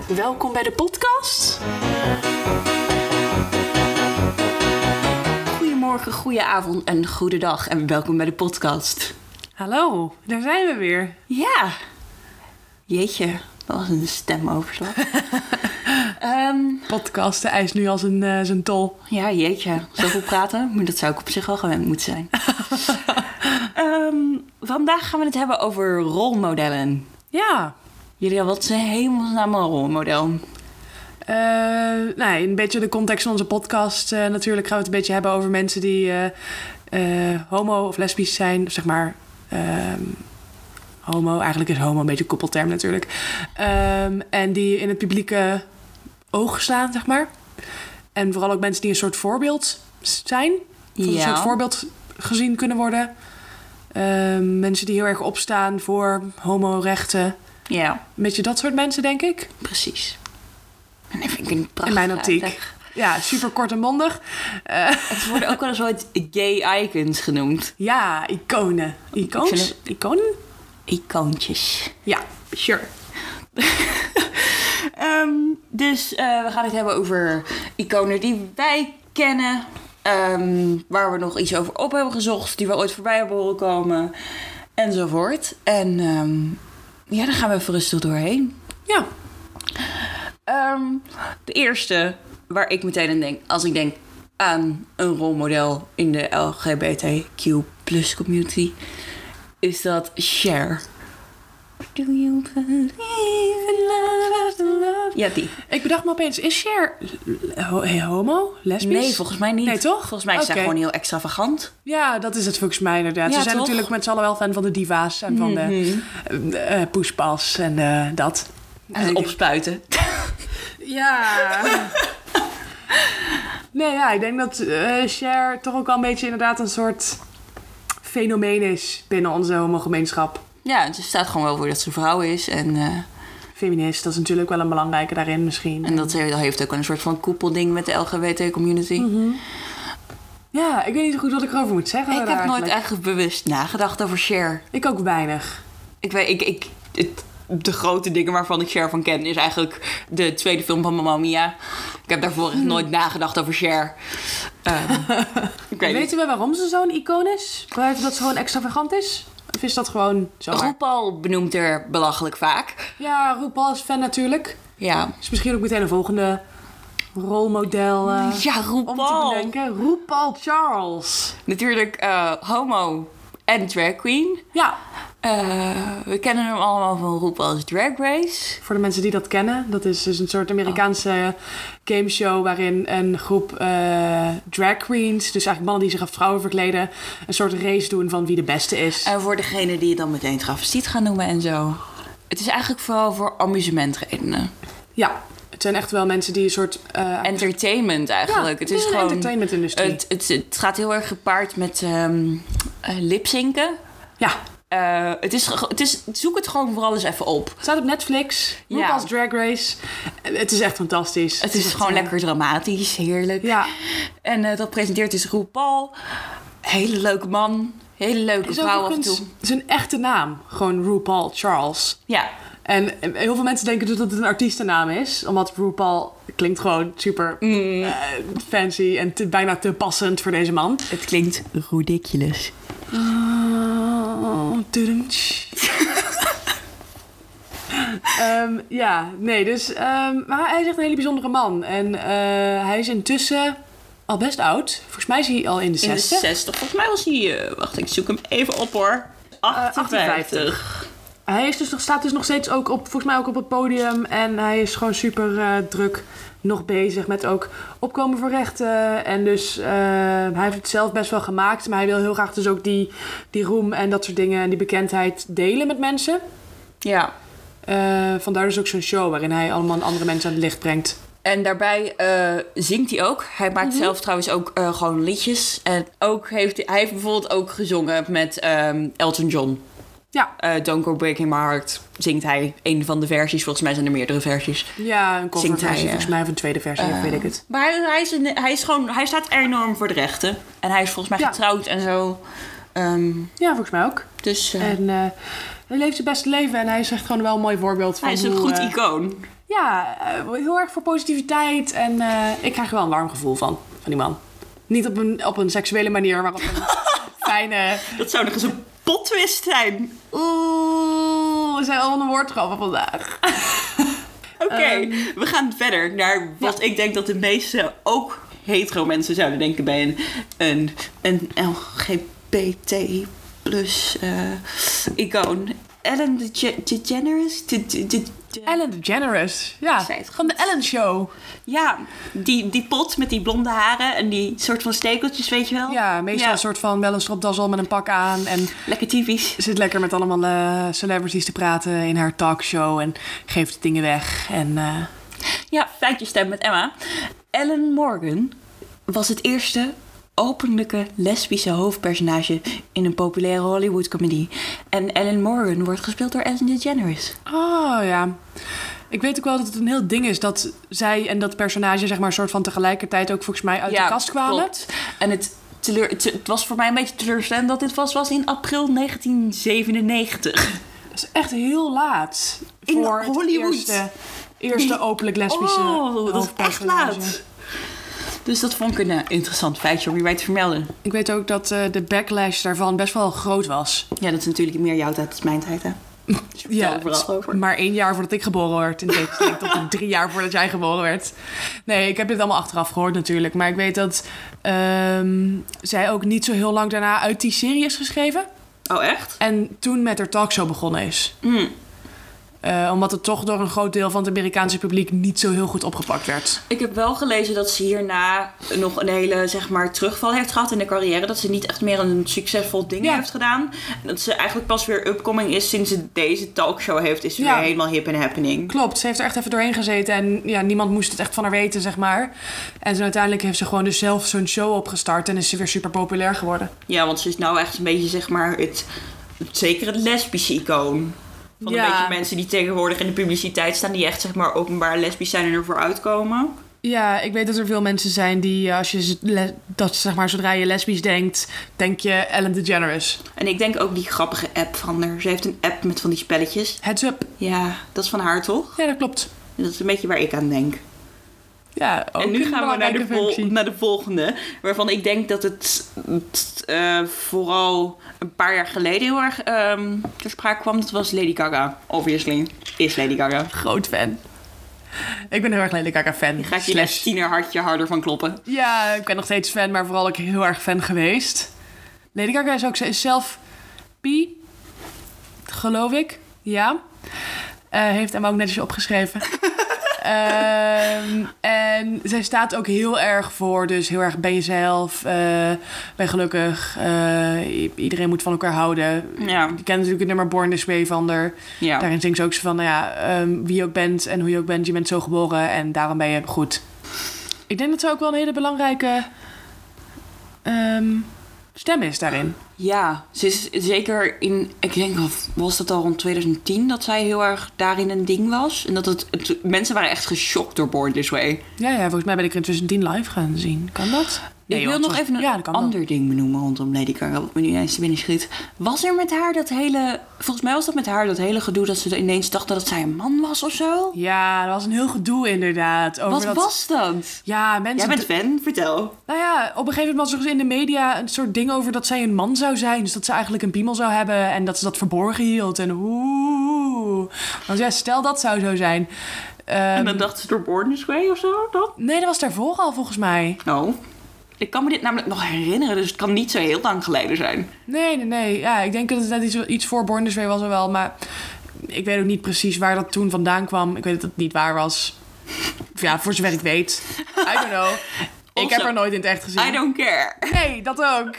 Welkom bij de podcast. Goedemorgen, goedenavond en goedendag en welkom bij de podcast. Hallo, daar zijn we weer. Ja. Jeetje, dat was een stemoverslag. Podcasten eist nu als zijn tol. Ja, jeetje. Zoveel praten, maar dat zou ik op zich wel gewend moeten zijn. Vandaag gaan we het hebben over rolmodellen. Ja. Jullie, wat is een hemelsnaam een rolmodel? Een beetje de context van onze podcast. Natuurlijk gaan we het een beetje hebben over mensen die homo of lesbisch zijn. Of zeg maar homo. Eigenlijk is homo een beetje een koppelterm natuurlijk. En die in het publieke oog staan, zeg maar. En vooral ook mensen die een soort voorbeeld zijn. Of een soort voorbeeld gezien kunnen worden. Mensen die heel erg opstaan voor homorechten. Ja. Een beetje dat soort mensen, denk ik. Precies. En dat vind ik een prachtig in mijn optiek. uitleg. Ja, super kort en bondig. Het worden ook wel eens wat gay icons genoemd. Ja, iconen. Icons? Iconen? Icoontjes. Ja, sure. Dus we gaan het hebben over iconen die wij kennen. Waar we nog iets over op hebben gezocht. Die we ooit voorbij hebben horen komen. Enzovoort. En daar gaan we even rustig doorheen. Ja. De eerste waar ik meteen aan denk, als ik denk aan een rolmodel in de LGBTQ+ community, is dat Cher. Do you believe in love after love? Ja, die. Ik bedacht me opeens, is Cher homo? Lesbisch? Nee, volgens mij niet. Nee, toch? Volgens mij is zij gewoon heel extravagant. Ja, dat is het volgens mij inderdaad. Ja, Ze zijn toch? natuurlijk met z'n allen wel fan van de diva's en van de poespas en dat. En het opspuiten. Ja. Nee, ja, ik denk dat Cher toch ook wel een beetje inderdaad een soort fenomeen is binnen onze homogemeenschap. Ja, ze staat gewoon wel voor dat ze vrouw is. En Feminist, dat is natuurlijk wel een belangrijke daarin misschien. en dat heeft ook een soort van koepelding met de LGBT-community. Ja, ik weet niet zo goed wat ik erover moet zeggen. Ik heb nooit echt bewust nagedacht over Cher. Ik ook weinig. De grote dingen waarvan ik Cher van ken is eigenlijk de tweede film van Mamma Mia. Ik heb daarvoor echt nooit nagedacht over Cher. Weten we waarom ze zo'n icoon is? Buiten dat ze gewoon extravagant is? Of is dat gewoon zomaar? RuPaul benoemt er belachelijk vaak. Ja, RuPaul is fan natuurlijk. Ja. Is misschien ook meteen een volgende rolmodel Ja, om te RuPaul. bedenken. RuPaul Charles. Natuurlijk homo en drag queen. Ja, We kennen hem allemaal van RuPaul's Drag Race. voor de mensen die dat kennen. Dat is dus een soort Amerikaanse gameshow waarin een groep drag queens, dus eigenlijk mannen die zich als vrouwen verkleden, een soort race doen van wie de beste is. En voor degene die het dan meteen travestiet gaan noemen en zo. Het is eigenlijk vooral voor amusementredenen. Ja, het zijn echt wel mensen die een soort Entertainment eigenlijk. Ja, het is een gewoon entertainment-industrie. Het gaat heel erg gepaard met lipzinken. Ja, Zoek het gewoon vooral eens even op. het staat op Netflix. Ja. RuPaul's Drag Race. Het is echt fantastisch. Het is gewoon lekker dramatisch, heerlijk. Ja. En dat presenteert dus RuPaul. Hele leuke man. Hele leuke vrouw af en toe. Het is een echte naam. Gewoon RuPaul Charles. Ja. En heel veel mensen denken dus dat het een artiestennaam is. Omdat RuPaul klinkt gewoon super fancy en bijna te passend voor deze man. Het klinkt ridiculous. Maar hij is echt een hele bijzondere man. En hij is intussen al best oud. Volgens mij is hij al in de 60. In de 60. Volgens mij was hij... wacht, ik zoek hem even op hoor. 58. Hij is staat dus nog steeds ook volgens mij ook op het podium. En hij is gewoon super druk nog bezig met ook opkomen voor rechten. En dus hij heeft het zelf best wel gemaakt. Maar hij wil heel graag dus ook die roem en dat soort dingen en die bekendheid delen met mensen. Ja. Vandaar dus ook zo'n show waarin hij allemaal andere mensen aan het licht brengt. En daarbij zingt hij ook. Hij maakt zelf trouwens ook gewoon liedjes. En ook hij heeft bijvoorbeeld ook gezongen met Elton John. Ja. Don't Go Breaking My Heart zingt hij. Een van de versies. Volgens mij zijn er meerdere versies. Ja, een coverversie Zingt hij, volgens mij of een tweede versie, weet ik het. Maar hij staat enorm voor de rechten. En hij is volgens mij getrouwd en zo. Ja, volgens mij ook. Dus En hij leeft zijn beste leven en hij is echt gewoon wel een mooi voorbeeld van hij is een goed icoon. heel erg voor positiviteit. En ik krijg er wel een warm gevoel van die man. Niet op een seksuele manier, maar op een fijne... Dat zou nog eens een plot-twist zijn. Oeh, we zijn allemaal een woordgrappen vandaag. Oké, we gaan verder naar wat ik denk dat de meeste ook hetero mensen zouden denken bij een LGBT plus icoon. Ellen DeGeneres? Ellen DeGeneres, ja, van de Ellen Show. Ja, die pot met die blonde haren en die soort van stekeltjes, weet je wel? Ja, meestal een soort van wel een stropdas al met een pak aan. En lekker typisch. Zit lekker met allemaal celebrities te praten in haar talkshow en geeft dingen weg. En, Ja, feitje stem met Emma. Ellen Morgan was het eerste openlijke lesbische hoofdpersonage in een populaire Hollywood-comedie. En Ellen Morgan wordt gespeeld door Ellen DeGeneres. Oh ja. Ik weet ook wel dat het een heel ding is dat zij en dat personage zeg maar een soort van tegelijkertijd ook volgens mij uit de kast kwamen. Klopt. En het was voor mij een beetje teleurstellend dat dit was in april 1997. Dat is echt heel laat. In voor Hollywood. Het eerste openlijk lesbische dat is echt laat. Dus dat vond ik een interessant feitje om hierbij te vermelden. Ik weet ook dat de backlash daarvan best wel groot was. Ja, dat is natuurlijk meer jouw tijd als mijn tijd, hè? Dus ja, maar 1 jaar voordat ik geboren werd. In tegenstelling tot 3 jaar voordat jij geboren werd. Nee, ik heb dit allemaal achteraf gehoord natuurlijk. Maar ik weet dat zij ook niet zo heel lang daarna uit die serie is geschreven. Oh, echt? En toen met haar talkshow begonnen is. Omdat het toch door een groot deel van het Amerikaanse publiek niet zo heel goed opgepakt werd. Ik heb wel gelezen dat ze hierna nog een hele, zeg maar, terugval heeft gehad in de carrière. Dat ze niet echt meer een succesvol ding heeft gedaan. En dat ze eigenlijk pas weer upcoming is sinds ze deze talkshow heeft. Is ze weer helemaal hip en happening. Klopt, ze heeft er echt even doorheen gezeten. En ja, niemand moest het echt van haar weten, zeg maar. En toen uiteindelijk heeft ze gewoon dus zelf zo'n show opgestart. En is ze weer super populair geworden. Ja, want ze is nou echt een beetje, zeg maar, zeker het lesbische icoon. Van een beetje mensen die tegenwoordig in de publiciteit staan, die echt, zeg maar, openbaar lesbisch zijn en ervoor uitkomen. Ja, ik weet dat er veel mensen zijn die, als je zeg maar, zodra je lesbisch denkt, denk je Ellen DeGeneres. En ik denk ook die grappige app van haar. Ze heeft een app met van die spelletjes. Heads Up. Ja, dat is van haar, toch? Ja, dat klopt. Dat is een beetje waar ik aan denk. Ja, ook en nu gaan we naar de volgende. Waarvan ik denk dat het vooral een paar jaar geleden heel erg ter sprake kwam. Dat was Lady Gaga, obviously. Is Lady Gaga. Groot fan. Ik ben heel erg Lady Gaga fan. Je gaat je tienerhartje harder van kloppen. Ja, ik ben nog steeds fan, maar vooral ook heel erg fan geweest. Lady Gaga is zelf bi, geloof ik. Ja. Heeft hem ook netjes opgeschreven. En zij staat ook heel erg voor, dus heel erg ben jezelf, ben gelukkig, iedereen moet van elkaar houden. Ja. Je kent natuurlijk het nummer Born This Way van haar. Ja. Daarin zingt ze ook zo van, wie je ook bent en hoe je ook bent, je bent zo geboren en daarom ben je goed. Ik denk dat ze ook wel een hele belangrijke stem is daarin. Ja, ze is zeker in, ik denk, was dat al rond 2010 dat zij heel erg daarin een ding was. En dat mensen waren echt geschokt door Born This Way. Ja, volgens mij ben ik er in 2010 live gaan zien. Kan dat? Nee, ik wil nog even een ander ding benoemen rondom Lady Gaga, wat me nu ineens te binnen schiet. Was er met haar volgens mij was dat met haar dat hele gedoe dat ze ineens dacht dat zij een man was of zo? Ja, dat was een heel gedoe inderdaad. Wat was dat? Ja, mensen... Jij bent fan? Vertel. Nou ja, op een gegeven moment was er dus in de media een soort ding over dat zij een man zou zijn. Dus dat ze eigenlijk een piemel zou hebben en dat ze dat verborgen hield. En want ja, stel dat zou zo zijn. En dan dacht ze door Born This Way of zo? Dat? Nee, dat was daarvoor al volgens mij. Oh. Ik kan me dit namelijk nog herinneren, dus het kan niet zo heel lang geleden zijn. Nee. Ja, ik denk dat het net iets voor Born This Way was er wel, maar ik weet ook niet precies waar dat toen vandaan kwam. Ik weet dat het niet waar was. Ja, voor zover ik weet. I don't know. Ik heb haar nooit in het echt gezien. I don't care. Nee, dat ook.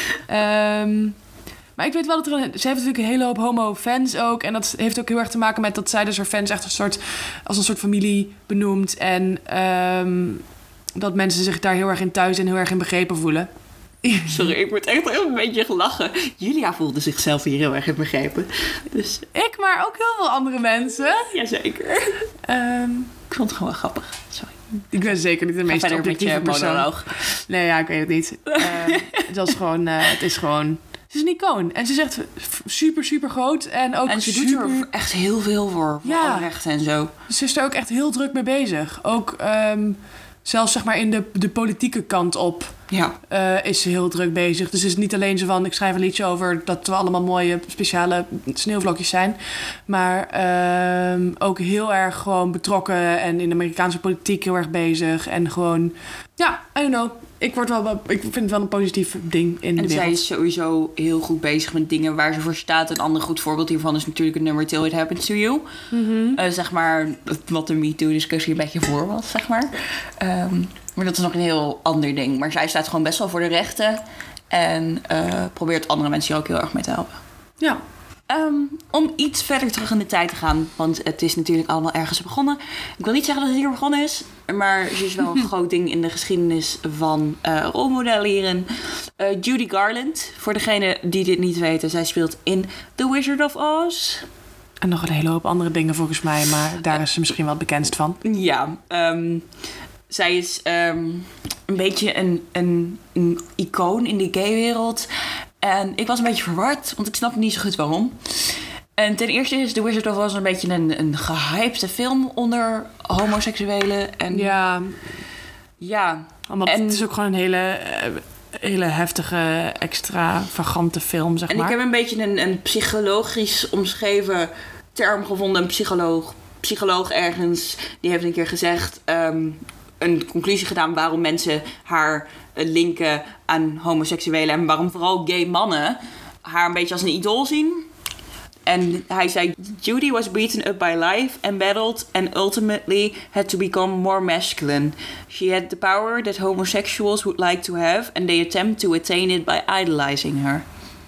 Maar ik weet wel dat ze heeft natuurlijk een hele hoop homo-fans ook. En dat heeft ook heel erg te maken met dat zij dus haar fans echt als een soort familie benoemt. En dat mensen zich daar heel erg in thuis en heel erg in begrepen voelen. Sorry, ik moet echt een beetje gelachen. Julia voelde zichzelf hier heel erg in begrepen. Dus... Ik, maar ook heel veel andere mensen. Jazeker. Ik vond het gewoon grappig. Sorry. Ik ben zeker niet de meest objectieve persoon. Monoloog. Nee, ja, ik weet het niet. Het is gewoon Ze is een icoon. En ze is echt super, super groot. En ze doet er echt heel veel voor alle rechten en zo. Ze is er ook echt heel druk mee bezig. Ook zelfs zeg maar in de politieke kant op is ze heel druk bezig. Dus het is niet alleen zo van, ik schrijf een liedje over dat we allemaal mooie speciale sneeuwvlokjes zijn. Maar ook heel erg gewoon betrokken en in de Amerikaanse politiek heel erg bezig. En gewoon, ja, I don't know. Ik vind het wel een positief ding in de wereld. En zij is sowieso heel goed bezig met dingen waar ze voor staat. Een ander goed voorbeeld hiervan is natuurlijk het nummer Till It Happens to You. Zeg maar wat de MeToo-discussie een beetje voor was, zeg maar. Maar dat is nog een heel ander ding. Maar zij staat gewoon best wel voor de rechten. En probeert andere mensen hier ook heel erg mee te helpen. Ja. Om iets verder terug in de tijd te gaan. Want het is natuurlijk allemaal ergens begonnen. Ik wil niet zeggen dat het hier begonnen is. Maar het is wel een groot ding in de geschiedenis van rolmodellen hierin. Judy Garland. Voor degenen die dit niet weten. Zij speelt in The Wizard of Oz. En nog een hele hoop andere dingen volgens mij. Maar daar is ze misschien wel het bekendst van. Ja. Zij is een beetje een icoon in de gaywereld. En ik was een beetje verward, want ik snap niet zo goed waarom. En ten eerste is The Wizard of Oz een beetje een gehypte film onder homoseksuelen. En ja. Het is ook gewoon een hele heftige, extravagante film, zeg maar. En ik heb een beetje een psychologisch omschreven term gevonden. Een psycholoog ergens, die heeft een keer gezegd... een conclusie gedaan waarom mensen haar linken aan homoseksuelen... en waarom vooral gay mannen haar een beetje als een idool zien. En hij zei... Judy was beaten up by life and battled... and ultimately had to become more masculine. She had the power that homosexuals would like to have... and they attempt to attain it by idolizing her.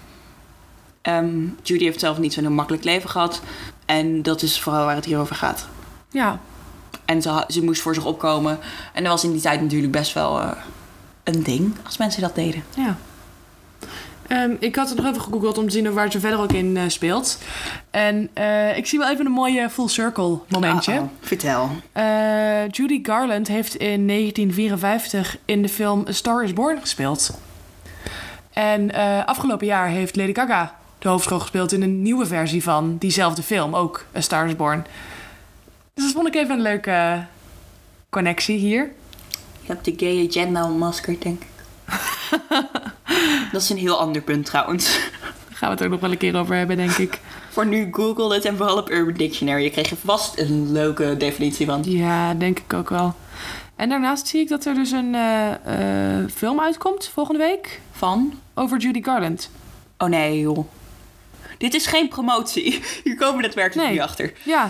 Judy heeft zelf niet zo'n heel makkelijk leven gehad. En dat is vooral waar het hier over gaat. Ja. En ze moest voor zich opkomen. En dat was in die tijd natuurlijk best wel een ding als mensen dat deden. Ja. Ik had het nog even gegoogeld om te zien waar ze verder ook in speelt. En ik zie wel even een mooie full circle momentje. Vertel. Judy Garland heeft in 1954 in de film A Star is Born gespeeld. En afgelopen jaar heeft Lady Gaga de hoofdrol gespeeld in een nieuwe versie van diezelfde film. Ook A Star is Born. Dus dat vond ik even een leuke connectie hier. Je hebt de gay agenda ontmaskerd, denk ik. Dat is een heel ander punt trouwens. Daar gaan we het ook nog wel een keer over hebben, denk ik. Voor nu Google het en vooral op Urban Dictionary. Je kreeg er vast een leuke definitie van. Ja, denk ik ook wel. En daarnaast zie ik dat er dus een film uitkomt volgende week. Van? Over Judy Garland. Oh nee, joh. Dit is geen promotie. Hier komen we daadwerkelijk niet achter. Ja.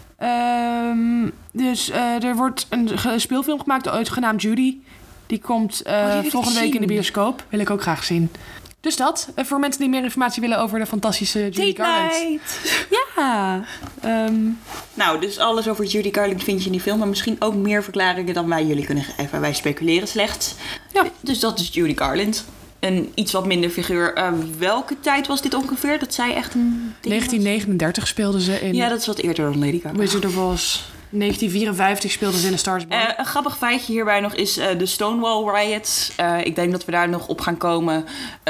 Dus er wordt een speelfilm gemaakt genaamd Judy. Die komt volgende week in de bioscoop. Wil ik ook graag zien. Dus dat. Voor mensen die meer informatie willen over de fantastische Judy Garland. Ja. Nou, dus alles over Judy Garland vind je in die film. Maar misschien ook meer verklaringen dan wij jullie kunnen geven. Wij speculeren slechts. Ja. Dus dat is Judy Garland. Een iets wat minder figuur. Welke tijd was dit ongeveer? Dat zij echt een... 1939 speelde ze in... Ja, dat is wat eerder dan Lady Gaga. Wizard of Oz. 1954 speelde ze in A Star is Born. Een grappig feitje hierbij nog is de Stonewall Riots. Ik denk dat we daar nog op gaan komen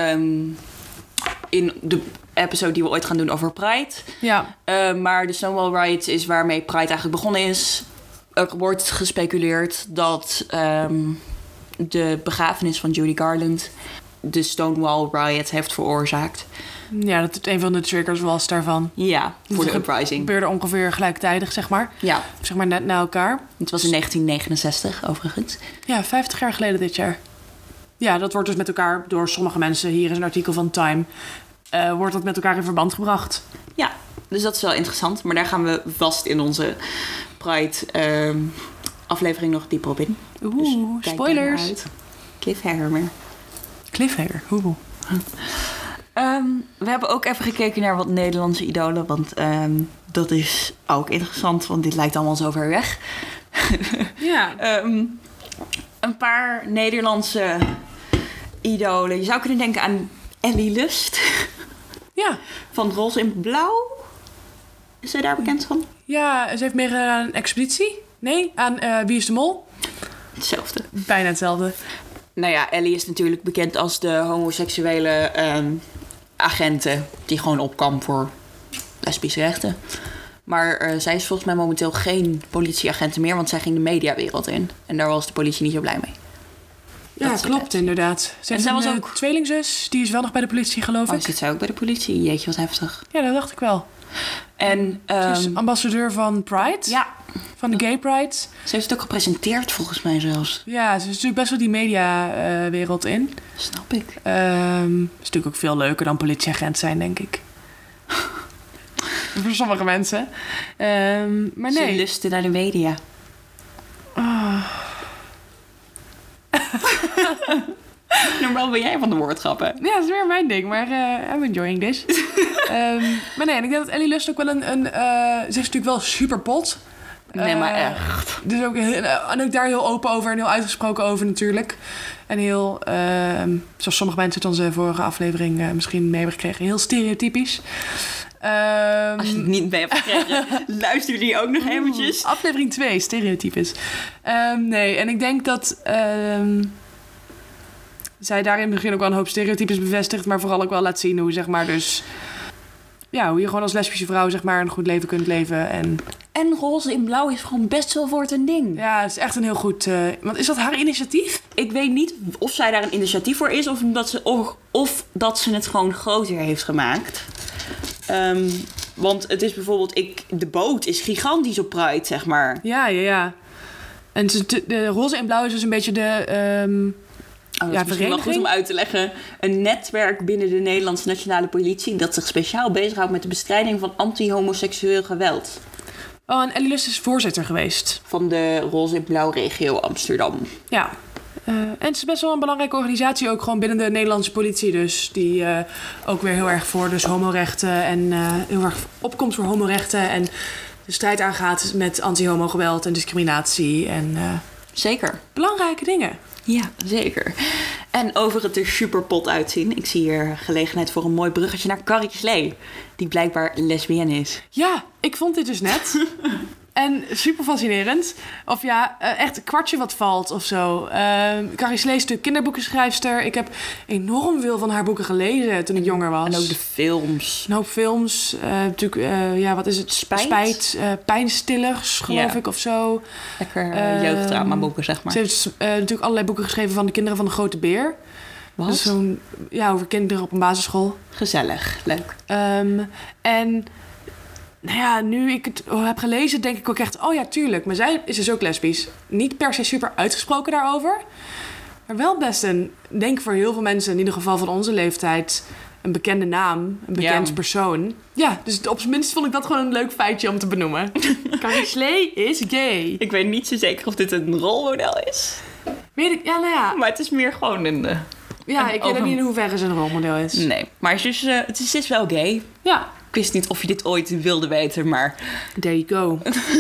in de episode die we ooit gaan doen over Pride. Ja. Maar de Stonewall Riots is waarmee Pride eigenlijk begonnen is. Er wordt gespeculeerd dat de begrafenis van Judy Garland de Stonewall Riot heeft veroorzaakt. Ja, dat het een van de triggers was daarvan. Ja, voor de uprising. Het gebeurde ongeveer gelijktijdig, zeg maar. Ja. Zeg maar net na elkaar. Het was in 1969, overigens. Ja, 50 jaar geleden dit jaar. Ja, dat wordt dus met elkaar door sommige mensen... Hier is een artikel van Time. Wordt dat met elkaar in verband gebracht. Ja, dus dat is wel interessant. Maar daar gaan we vast in onze Pride aflevering nog dieper op in. Oeh, dus spoilers. Cliffhanger. Cliffhanger, we hebben ook even gekeken naar wat Nederlandse idolen. Want dat is ook interessant, want dit lijkt allemaal zo ver weg. Ja. Een paar Nederlandse idolen. Je zou kunnen denken aan Ellie Lust. Ja. Van Roze in Blauw. Is zij daar bekend van? Ja, ze heeft meegedaan aan een expeditie. Nee, aan Wie is de Mol? Hetzelfde. Bijna hetzelfde. Nou ja, Ellie is natuurlijk bekend als de homoseksuele agenten die gewoon opkwam voor lesbische rechten. Maar zij is volgens mij momenteel geen politieagenten meer, want zij ging de mediawereld in. En daar was de politie niet zo blij mee. Ja, klopt inderdaad. Zij was ook tweelingzus, die is wel nog bij de politie, geloof ik. Zit zij ook bij de politie? Jeetje, wat heftig. Ja, dat dacht ik wel. En ze is ambassadeur van Pride. Ja. Van de Gay Pride. Ze heeft het ook gepresenteerd, volgens mij zelfs. Ja, ze is natuurlijk best wel die mediawereld in. Snap ik. Is natuurlijk ook veel leuker dan politieagent zijn, denk ik. Voor sommige mensen. Maar nee. Ze lusten naar de media. Normaal ben jij van de woordgrappen. Ja, dat is weer mijn ding, maar I'm enjoying this. Maar nee, en ik denk dat Ellie Lust ook wel ze is natuurlijk wel super pot. Nee, maar echt. Dus ook en ook daar heel open over en heel uitgesproken over natuurlijk. En heel, zoals sommige mensen het onze vorige aflevering misschien mee hebben gekregen, heel stereotypisch. Als je het niet mee hebt gekregen, luister die ook nog eventjes. Aflevering 2, stereotypisch. Nee, en ik denk dat zij daarin misschien ook wel een hoop stereotypes bevestigt, maar vooral ook wel laat zien hoe, zeg maar, dus ja, hoe je gewoon als lesbische vrouw, zeg maar, een goed leven kunt leven. En Roze in Blauw is gewoon best wel voor het een ding. Ja, het is echt een heel goed... want is dat haar initiatief? Ik weet niet of zij daar een initiatief voor is, of dat ze het gewoon groter heeft gemaakt. Want het is bijvoorbeeld... de boot is gigantisch op Pride, zeg maar. Ja. En de Roze en Blauw is dus een beetje de... dat is misschien wel goed om uit te leggen. Een netwerk binnen de Nederlandse Nationale Politie dat zich speciaal bezighoudt met de bestrijding van anti-homoseksueel geweld. Oh, en Ellie Lust is voorzitter geweest. Van de Roze en Blauw regio Amsterdam. Ja. En het is best wel een belangrijke organisatie, ook gewoon binnen de Nederlandse politie dus. Die ook weer heel erg voor dus homorechten en heel erg opkomt voor homorechten. En de strijd aangaat met anti-homo geweld en discriminatie. En, zeker. Belangrijke dingen. Ja, zeker. En over het er superpot uitzien. Ik zie hier gelegenheid voor een mooi bruggetje naar Carrie Slee. Die blijkbaar lesbienne is. Ja, ik vond dit dus net. En super fascinerend. Of ja, echt een kwartje wat valt of zo. Carrie Slee is natuurlijk kinderboekenschrijfster. Ik heb enorm veel van haar boeken gelezen toen ik jonger was. En ook de films. Een hoop films. Natuurlijk, wat is het? Spijt. Pijnstillers, geloof ik, of zo. Lekker jeugddrama boeken, zeg maar. Ze heeft natuurlijk allerlei boeken geschreven van de kinderen van de Grote Beer. Wat? Dus over kinderen op een basisschool. Gezellig, leuk. En... Nou ja, nu ik het heb gelezen, denk ik ook echt... Oh ja, tuurlijk. Maar zij is dus ook lesbisch. Niet per se super uitgesproken daarover. Maar wel best denk voor heel veel mensen... in ieder geval van onze leeftijd... een bekende naam, een bekend persoon. Ja, dus op zijn minst vond ik dat gewoon een leuk feitje om te benoemen. Carrie Slee is gay. Ik weet niet zo zeker of dit een rolmodel is. Weet ik, ja, nou ja. Maar het is meer gewoon een... ik weet niet in hoeverre ze een rolmodel is. Nee, maar het is wel gay. Ja. Ik wist niet of je dit ooit wilde weten, maar... There you go.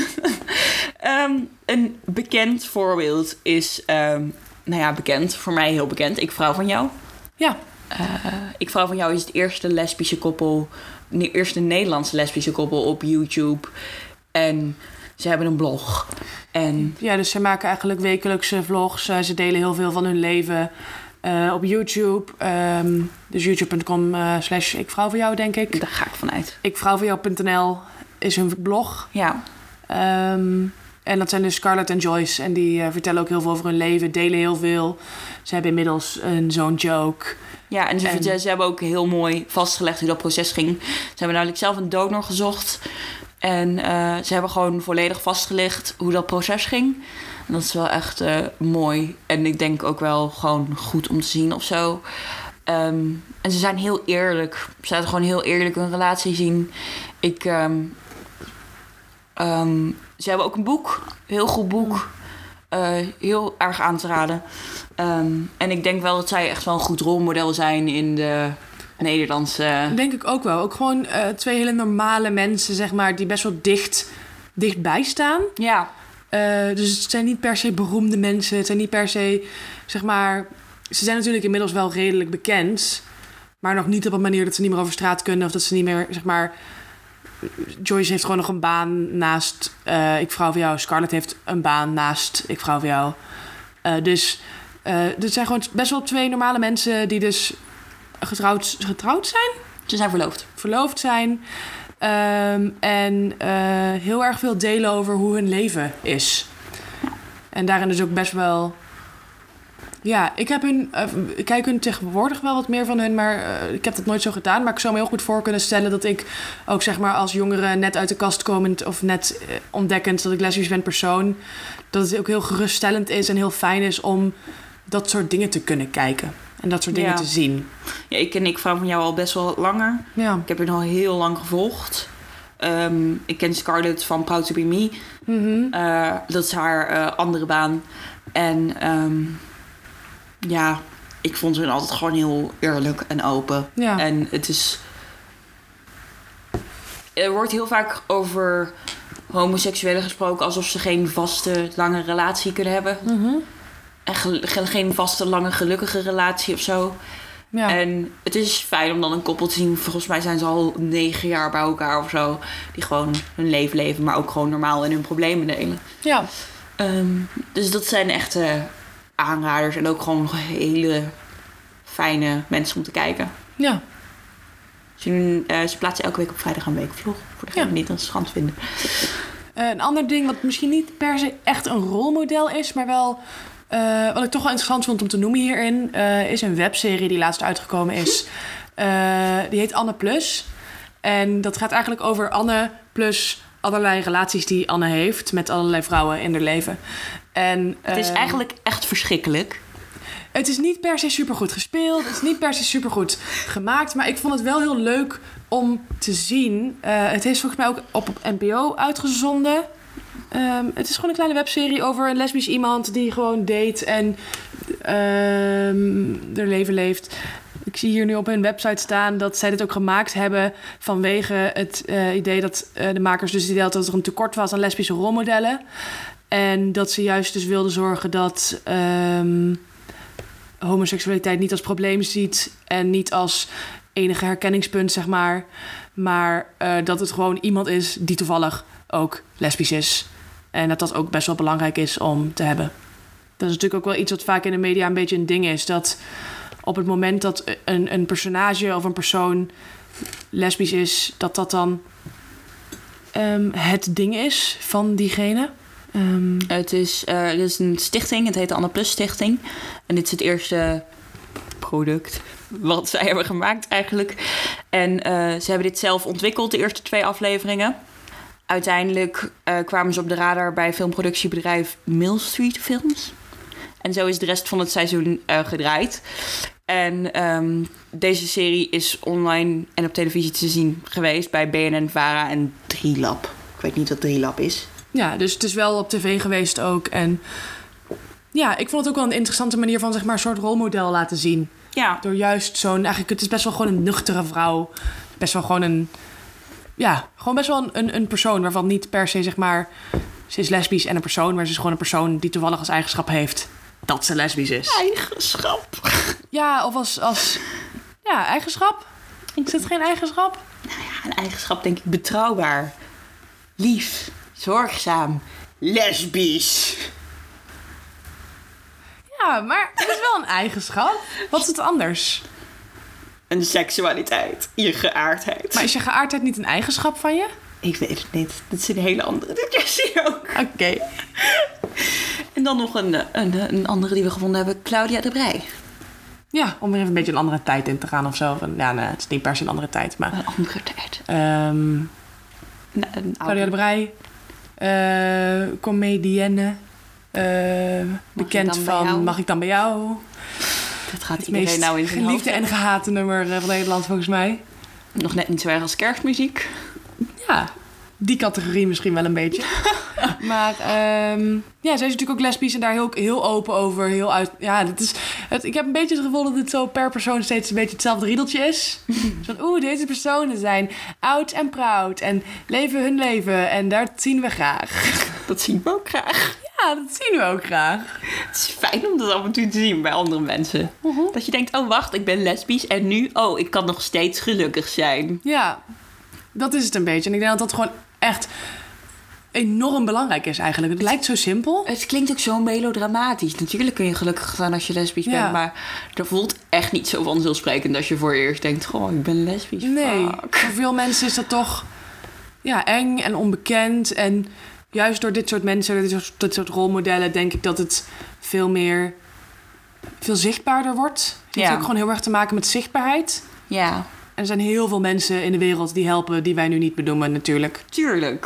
Een bekend voorbeeld is... bekend. Voor mij heel bekend. Ik Vrouw van Jou. Ja. Ik Vrouw van Jou is het eerste lesbische koppel... De eerste Nederlandse lesbische koppel op YouTube. En ze hebben een blog. En... Ja, dus ze maken eigenlijk wekelijkse vlogs. Ze delen heel veel van hun leven... op YouTube. Dus youtube.com/ikvrouwvanjou, denk ik. Daar ga ik vanuit. Ikvrouwvanjou.nl is hun blog. Ja. En dat zijn dus Scarlett en Joyce. En die vertellen ook heel veel over hun leven. Delen heel veel. Ze hebben inmiddels een zoon ook. Ja, en ze hebben ook heel mooi vastgelegd hoe dat proces ging. Ze hebben namelijk zelf een donor gezocht. En ze hebben gewoon volledig vastgelegd hoe dat proces ging. En dat is wel echt mooi. En ik denk ook wel gewoon goed om te zien of zo. En ze zijn heel eerlijk. Ze laten gewoon heel eerlijk hun relatie zien. Ze hebben ook een boek. Heel goed boek. Heel erg aan te raden. En ik denk wel dat zij echt wel een goed rolmodel zijn in de Nederlandse... Denk ik ook wel. Ook gewoon 2 hele normale mensen, zeg maar, die best wel dichtbij staan. Ja. Dus het zijn niet per se beroemde mensen. Het zijn niet per se, zeg maar... Ze zijn natuurlijk inmiddels wel redelijk bekend. Maar nog niet op een manier dat ze niet meer over straat kunnen. Of dat ze niet meer, zeg maar... Joyce heeft gewoon nog een baan naast Ik Vrouw van Jou. Scarlett heeft een baan naast Ik Vrouw van Jou. Dus het zijn gewoon best wel 2 normale mensen die dus getrouwd zijn. Ze zijn verloofd. Verloofd zijn. En heel erg veel delen over hoe hun leven is. En daarin dus ook best wel... Ja, ik kijk hun tegenwoordig wel wat meer van hun, maar ik heb dat nooit zo gedaan. Maar ik zou me heel goed voor kunnen stellen dat ik ook zeg maar als jongere net uit de kast komend of net ontdekkend dat ik lesbisch ben persoon, dat het ook heel geruststellend is en heel fijn is om dat soort dingen te kunnen kijken. En dat soort dingen te zien. Ja, ik ken Nick Vrouw van jou al best wel langer. Ja. Ik heb haar al heel lang gevolgd. Ik ken Scarlett van Proud to be Me. Mm-hmm. Dat is haar andere baan. En ik vond hun altijd gewoon heel eerlijk en open. Ja. En het is... Er wordt heel vaak over homoseksuelen gesproken alsof ze geen vaste, lange relatie kunnen hebben. Mm-hmm. En geen vaste, lange, gelukkige relatie of zo. Ja. En het is fijn om dan een koppel te zien. Volgens mij zijn ze al 9 jaar bij elkaar of zo. Die gewoon hun leven leven, maar ook gewoon normaal in hun problemen delen. Ja. Dus dat zijn echte aanraders. En ook gewoon hele fijne mensen om te kijken. Ja. Ze plaatsen elke week op vrijdag een weekvlog. Voor degenen die het interessant vinden. Een ander ding wat misschien niet per se echt een rolmodel is, maar wel... wat ik toch wel interessant vond om te noemen hierin... is een webserie die laatst uitgekomen is. Die heet Anne Plus. En dat gaat eigenlijk over Anne plus allerlei relaties die Anne heeft... met allerlei vrouwen in haar leven. En, het is eigenlijk echt verschrikkelijk. Het is niet per se supergoed gespeeld. Het is niet per se supergoed gemaakt. Maar ik vond het wel heel leuk om te zien. Het is volgens mij ook op NPO uitgezonden... het is gewoon een kleine webserie over een lesbisch iemand die gewoon date en haar leven leeft. Ik zie hier nu op hun website staan dat zij dit ook gemaakt hebben vanwege het idee dat de makers dus idee hadden dat er een tekort was aan lesbische rolmodellen. En dat ze juist dus wilden zorgen dat homoseksualiteit niet als probleem ziet en niet als enige herkenningspunt, zeg maar. Maar dat het gewoon iemand is die toevallig ook lesbisch is. En dat dat ook best wel belangrijk is om te hebben. Dat is natuurlijk ook wel iets wat vaak in de media een beetje een ding is. Dat op het moment dat een personage of een persoon lesbisch is... dat dan het ding is van diegene. Het is een stichting. Het heet de Anne Plus Stichting. En dit is het eerste product wat zij hebben gemaakt eigenlijk. En ze hebben dit zelf ontwikkeld, de eerste 2 afleveringen. Uiteindelijk kwamen ze op de radar bij filmproductiebedrijf Mill Street Films. En zo is de rest van het seizoen gedraaid. En deze serie is online en op televisie te zien geweest bij BNN, VARA en 3Lab. Ik weet niet wat 3Lab is. Ja, dus het is wel op tv geweest ook. En ja, ik vond het ook wel een interessante manier van zeg maar een soort rolmodel laten zien. Ja. Door juist zo'n... Eigenlijk, het is best wel gewoon een nuchtere vrouw. Best wel gewoon een... Ja, gewoon best wel een persoon waarvan niet per se, zeg maar... Ze is lesbisch en een persoon, maar ze is gewoon een persoon die toevallig als eigenschap heeft dat ze lesbisch is. Eigenschap. Ja, of als ja, eigenschap. Is het geen eigenschap? Nou ja, een eigenschap denk ik betrouwbaar. Lief. Zorgzaam. Lesbisch. Ja, maar het is wel een eigenschap. Wat is het anders? Een seksualiteit. Je geaardheid. Maar is je geaardheid niet een eigenschap van je? Ik weet het niet. Dat is een hele andere discussie ook. Oké. En dan nog een andere die we gevonden hebben. Claudia de Breij. Ja, om er even een beetje een andere tijd in te gaan of zo. Ja, nee, het is niet per se een andere tijd. Maar... Een andere tijd. Claudia de Breij. Comedienne. Bekend van Mag ik dan bij jou? Dat gaat iedereen nou in zijn geliefde en gehate nummer van Nederland volgens mij. Nog net niet zo erg als kerstmuziek. Ja, die categorie misschien wel een beetje. Maar ja, zij is natuurlijk ook lesbisch en daar heel open over. Heel uit, ja, ik heb een beetje het gevoel dat het zo per persoon steeds een beetje hetzelfde riedeltje is. Van deze personen zijn oud en proud en leven hun leven en dat zien we graag. Dat zien we ook graag. Ja, dat zien we ook graag. Het is fijn om dat af en toe te zien bij andere mensen. Uh-huh. Dat je denkt, oh wacht, ik ben lesbisch en nu, ik kan nog steeds gelukkig zijn. Ja, dat is het een beetje. En ik denk dat dat gewoon echt enorm belangrijk is eigenlijk. Het lijkt zo simpel. Het klinkt ook zo melodramatisch. Natuurlijk kun je gelukkig zijn als je lesbisch bent, maar dat voelt echt niet zo vanzelfsprekend als je voor je eerst denkt, goh, ik ben lesbisch. Nee, Fuck. voor veel mensen is dat toch eng en onbekend. En juist door dit soort mensen, dit soort rolmodellen, denk ik dat het veel zichtbaarder wordt. Het heeft ook gewoon heel erg te maken met zichtbaarheid. Ja. En er zijn heel veel mensen in de wereld die helpen, die wij nu niet benoemen natuurlijk. Tuurlijk.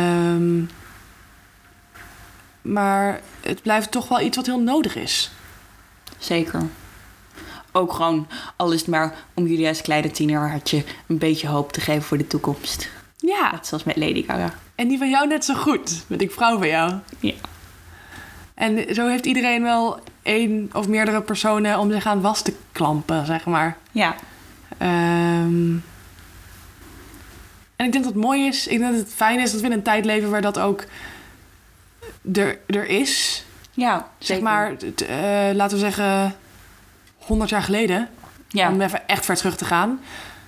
Maar het blijft toch wel iets wat heel nodig is. Zeker. Ook gewoon, al is het maar om jullie als kleine tienerhartje een beetje hoop te geven voor de toekomst. Ja. Net zoals met Lady Gaga. En die van jou net zo goed. Met ik vrouw van jou. Ja. En zo heeft iedereen wel 1 of meerdere personen om zich aan vast te klampen, zeg maar. Ja. En ik denk dat het mooi is. Ik denk dat het fijn is dat we in een tijd leven waar dat ook er is. Ja, zeg zeker. maar, laten we zeggen 100 jaar geleden. Ja. Om even echt ver terug te gaan.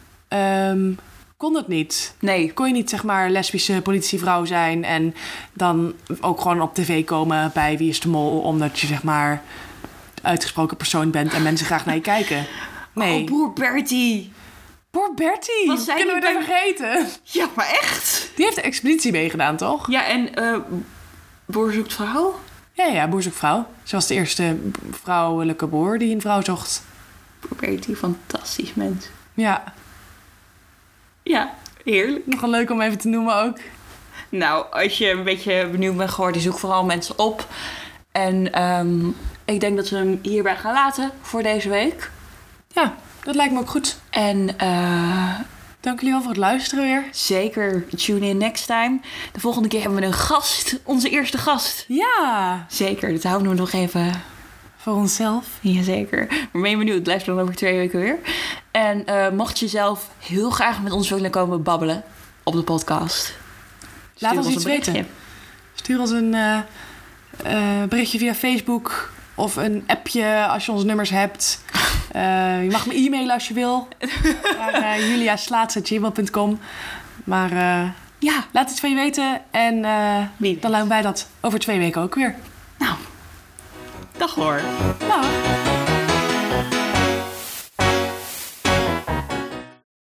Kon dat niet. Nee. Kon je niet, zeg maar, lesbische politievrouw zijn en dan ook gewoon op tv komen bij Wie is de Mol, omdat je, zeg maar, uitgesproken persoon bent en mensen graag naar je kijken. Nee. Oh, broer Bertie. Broer Bertie. Was zij Kunnen we niet dat vergeten? Ja, maar echt? Die heeft de expeditie meegedaan, toch? Ja, en Boer zoekt vrouw? Ja, boer zoekt vrouw. Ze was de eerste vrouwelijke boer die een vrouw zocht. Broer Bertie, fantastisch mens. Ja. Ja, heerlijk. Nog een leuk om even te noemen ook. Nou, als je een beetje benieuwd bent geworden, zoek vooral mensen op. En ik denk dat we hem hierbij gaan laten voor deze week. Ja, dat lijkt me ook goed. En dank jullie wel voor het luisteren weer. zeker tune in next time. De volgende keer hebben we een gast. Onze eerste gast. Ja. Zeker, dat houden we nog even. Voor onszelf. Jazeker. Maar ben je benieuwd, het blijft dan over 2 weken weer. En mocht je zelf heel graag met ons willen komen babbelen op de podcast, Laat ons een iets berichtje. weten. Stuur ons een berichtje via Facebook of een appje als je onze nummers hebt. Je mag me e-mailen als je wil. Naar juliaslaats@gmail.com. Maar Ja, laat iets van je weten. En Wie weet. dan luiden wij dat over 2 weken ook weer. nou, dag hoor. Dag.